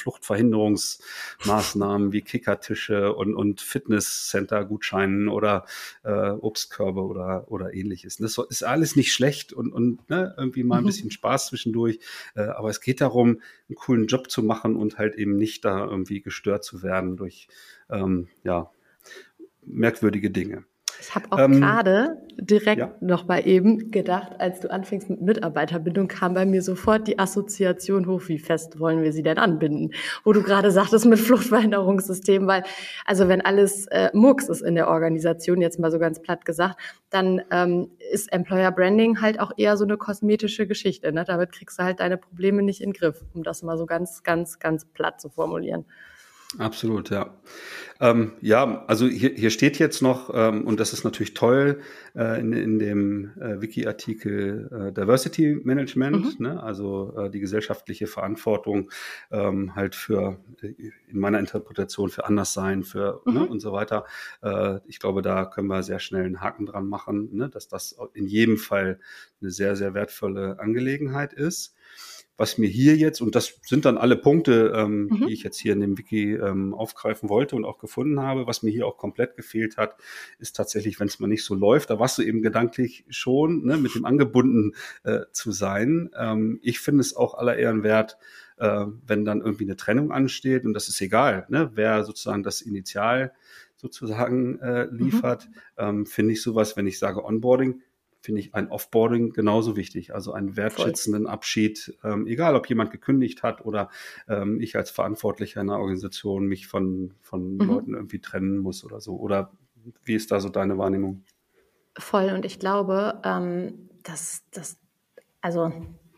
Fluchtverhinderungsmaßnahmen wie Kickertische und, und Fitnesscenter-Gutscheinen oder äh, Obstkörbe oder, oder ähnliches. Das ist alles nicht schlecht und, und ne, irgendwie mal ein bisschen Spaß zwischendurch. Äh, aber es geht darum, einen coolen Job zu machen und halt eben nicht da irgendwie gestört zu werden durch, ähm, ja, merkwürdige Dinge. Ich habe auch Ähm, gerade direkt ja. noch mal eben gedacht, als du anfängst mit Mitarbeiterbindung, kam bei mir sofort die Assoziation hoch, wie fest wollen wir sie denn anbinden? Wo du gerade sagtest mit Fluchtverhinderungssystem, weil, also wenn alles äh, Murks ist in der Organisation, jetzt mal so ganz platt gesagt, dann ähm, ist Employer Branding halt auch eher so eine kosmetische Geschichte. Ne? Damit kriegst du halt deine Probleme nicht in den Griff, um das mal so ganz, ganz, ganz platt zu formulieren. Absolut, ja. Ähm, ja, also hier, hier steht jetzt noch, ähm, und das ist natürlich toll, äh, in, in dem äh, Wiki-Artikel äh, Diversity Management, Mhm. ne? Also äh, die gesellschaftliche Verantwortung ähm, halt für, äh, in meiner Interpretation, für Anderssein, für Mhm. ne, und so weiter. Äh, ich glaube, da können wir sehr schnell einen Haken dran machen, ne? Dass das in jedem Fall eine sehr, sehr wertvolle Angelegenheit ist. Was mir hier jetzt, und das sind dann alle Punkte, ähm, Mhm. die ich jetzt hier in dem Wiki ähm, aufgreifen wollte und auch gefunden habe, was mir hier auch komplett gefehlt hat, ist tatsächlich, wenn es mal nicht so läuft, da warst du eben gedanklich schon, ne, mit dem angebunden äh, zu sein. Ähm, ich finde es auch aller Ehren wert, äh, wenn dann irgendwie eine Trennung ansteht, und das ist egal, ne, wer sozusagen das Initial sozusagen äh, liefert, Mhm. ähm, finde ich sowas, wenn ich sage Onboarding, finde ich ein Offboarding genauso wichtig, also einen Voll. wertschätzenden Abschied, ähm, egal ob jemand gekündigt hat oder ähm, ich als Verantwortlicher einer Organisation mich von, von Mhm. Leuten irgendwie trennen muss oder so. Oder wie ist da so deine Wahrnehmung? Voll. Und ich glaube, ähm, dass das, also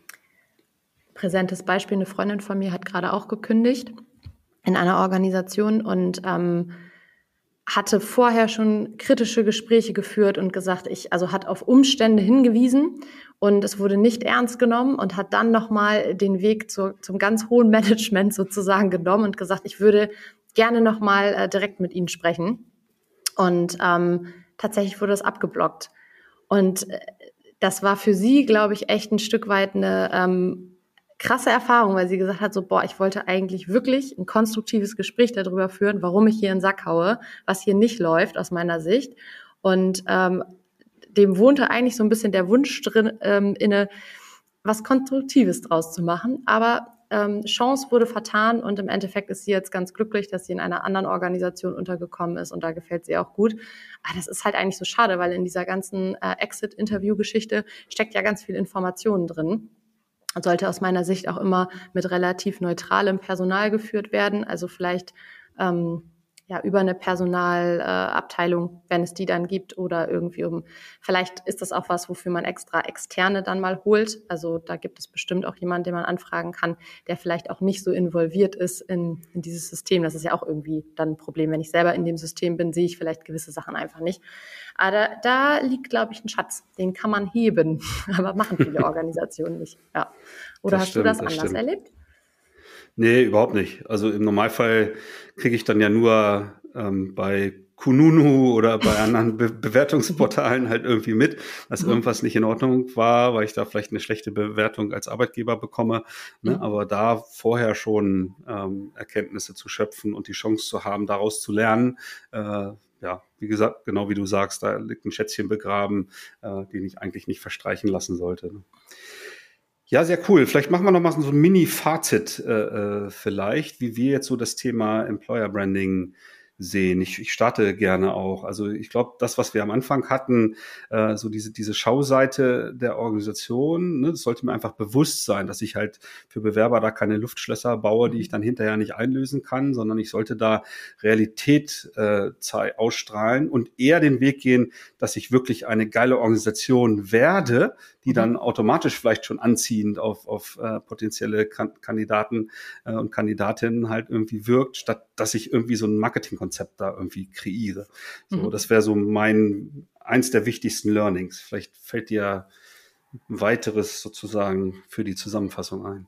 präsentes Beispiel, eine Freundin von mir hat gerade auch gekündigt in einer Organisation und ähm, hatte vorher schon kritische Gespräche geführt und gesagt, ich, also hat auf Umstände hingewiesen und es wurde nicht ernst genommen und hat dann nochmal den Weg zu, zum ganz hohen Management sozusagen genommen und gesagt, ich würde gerne nochmal äh, direkt mit Ihnen sprechen. Und ähm, tatsächlich wurde das abgeblockt. Und äh, das war für sie, glaube ich, echt ein Stück weit eine ähm, krasse Erfahrung, weil sie gesagt hat, so, boah, ich wollte eigentlich wirklich ein konstruktives Gespräch darüber führen, warum ich hier in den Sack haue, was hier nicht läuft aus meiner Sicht. Und ähm, dem wohnte eigentlich so ein bisschen der Wunsch drin, ähm, inne, was Konstruktives draus zu machen. Aber ähm, Chance wurde vertan und im Endeffekt ist sie jetzt ganz glücklich, dass sie in einer anderen Organisation untergekommen ist und da gefällt sie auch gut. Aber das ist halt eigentlich so schade, weil in dieser ganzen äh, Exit-Interview-Geschichte steckt ja ganz viel Information drin. Sollte aus meiner Sicht auch immer mit relativ neutralem Personal geführt werden. Also vielleicht ähm, ja über eine Personalabteilung, äh, wenn es die dann gibt, oder irgendwie um, vielleicht ist das auch was, wofür man extra Externe dann mal holt. Also da gibt es bestimmt auch jemanden, den man anfragen kann, der vielleicht auch nicht so involviert ist in, in dieses System. Das ist ja auch irgendwie dann ein Problem. Wenn ich selber in dem System bin, sehe ich vielleicht gewisse Sachen einfach nicht. Aber da, da liegt, glaube ich, ein Schatz. Den kann man heben, aber machen viele Organisationen nicht. Ja. Oder Das hast du das stimmt, das anders stimmt. erlebt? Nee, überhaupt nicht. Also im Normalfall kriege ich dann ja nur ähm, bei Kununu oder bei anderen Be Bewertungsportalen halt irgendwie mit, dass irgendwas nicht in Ordnung war, weil ich da vielleicht eine schlechte Bewertung als Arbeitgeber bekomme. Ne? Mhm. Aber da vorher schon ähm, Erkenntnisse zu schöpfen und die Chance zu haben, daraus zu lernen, äh, ja, wie gesagt, genau wie du sagst, da liegt ein Schätzchen begraben, äh, den ich eigentlich nicht verstreichen lassen sollte. Ne? Ja, sehr cool. Vielleicht machen wir noch mal so ein Mini-Fazit äh, äh, vielleicht, wie wir jetzt so das Thema Employer Branding sehen. Ich, ich starte gerne auch. Also ich glaube, das, was wir am Anfang hatten, äh, so diese, diese Schauseite der Organisation, ne, das sollte mir einfach bewusst sein, dass ich halt für Bewerber da keine Luftschlösser baue, die ich dann hinterher nicht einlösen kann, sondern ich sollte da Realität äh, ausstrahlen und eher den Weg gehen, dass ich wirklich eine geile Organisation werde, die dann automatisch vielleicht schon anziehend auf, auf äh, potenzielle kan Kandidaten äh, und Kandidatinnen halt irgendwie wirkt, statt dass ich irgendwie so ein Marketingkonzept da irgendwie kreiere. So, Mhm. das wäre so mein, eins der wichtigsten Learnings. Vielleicht fällt dir ein weiteres sozusagen für die Zusammenfassung ein.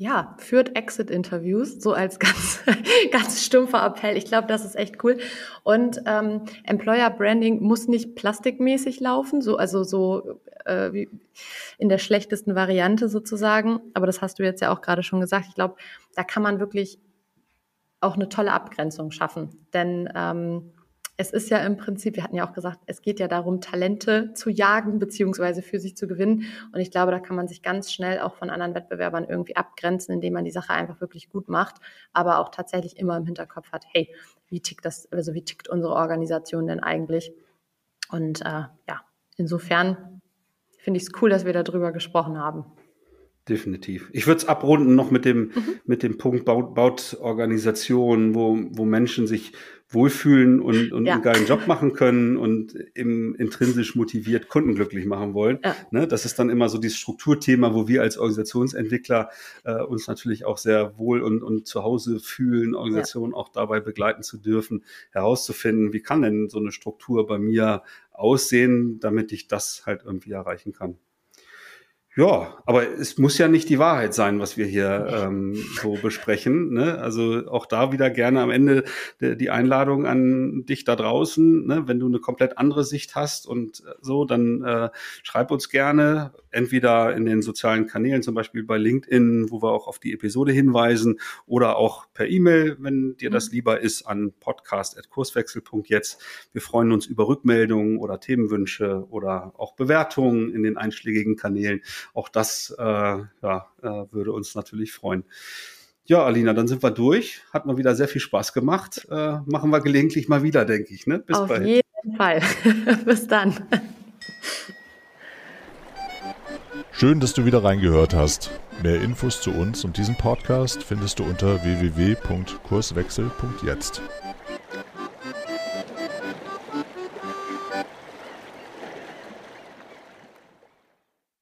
ja, führt Exit-Interviews, so als ganz, ganz stumpfer Appell. Ich glaube, das ist echt cool. Und ähm, Employer-Branding muss nicht plastikmäßig laufen, so also so äh, wie in der schlechtesten Variante sozusagen. Aber das hast du jetzt ja auch gerade schon gesagt. Ich glaube, da kann man wirklich auch eine tolle Abgrenzung schaffen. Denn ähm, es ist ja im Prinzip, wir hatten ja auch gesagt, es geht ja darum, Talente zu jagen beziehungsweise für sich zu gewinnen. Und ich glaube, da kann man sich ganz schnell auch von anderen Wettbewerbern irgendwie abgrenzen, indem man die Sache einfach wirklich gut macht, aber auch tatsächlich immer im Hinterkopf hat, hey, wie tickt das, also wie tickt unsere Organisation denn eigentlich? Und äh, ja, insofern finde ich es cool, dass wir darüber gesprochen haben. Definitiv. Ich würde es abrunden noch mit dem, mhm. mit dem Punkt, baut, baut Organisationen, wo, wo Menschen sich wohlfühlen und, und ja. einen geilen Job machen können und im, intrinsisch motiviert Kunden glücklich machen wollen. Ja. Ne, das ist dann immer so dieses Strukturthema, wo wir als Organisationsentwickler äh, uns natürlich auch sehr wohl und, und zu Hause fühlen, Organisationen ja. auch dabei begleiten zu dürfen, herauszufinden, wie kann denn so eine Struktur bei mir aussehen, damit ich das halt irgendwie erreichen kann. Ja, aber es muss ja nicht die Wahrheit sein, was wir hier ähm, so besprechen. Ne? Also auch da wieder gerne am Ende de, die Einladung an dich da draußen. Ne? Wenn du eine komplett andere Sicht hast und so, dann äh, schreib uns gerne, entweder in den sozialen Kanälen, zum Beispiel bei LinkedIn, wo wir auch auf die Episode hinweisen, oder auch per E-Mail, wenn dir das lieber ist, an podcast at kurswechsel punkt jetzt. Wir freuen uns über Rückmeldungen oder Themenwünsche oder auch Bewertungen in den einschlägigen Kanälen. Auch das äh, ja, äh, würde uns natürlich freuen. Ja, Alina, dann sind wir durch. Hat mal wieder sehr viel Spaß gemacht. Äh, machen wir gelegentlich mal wieder, denke ich. Ne? Bis Auf bald. jeden Fall. Bis dann. Schön, dass du wieder reingehört hast. Mehr Infos zu uns und diesem Podcast findest du unter w w w punkt kurswechsel punkt jetzt.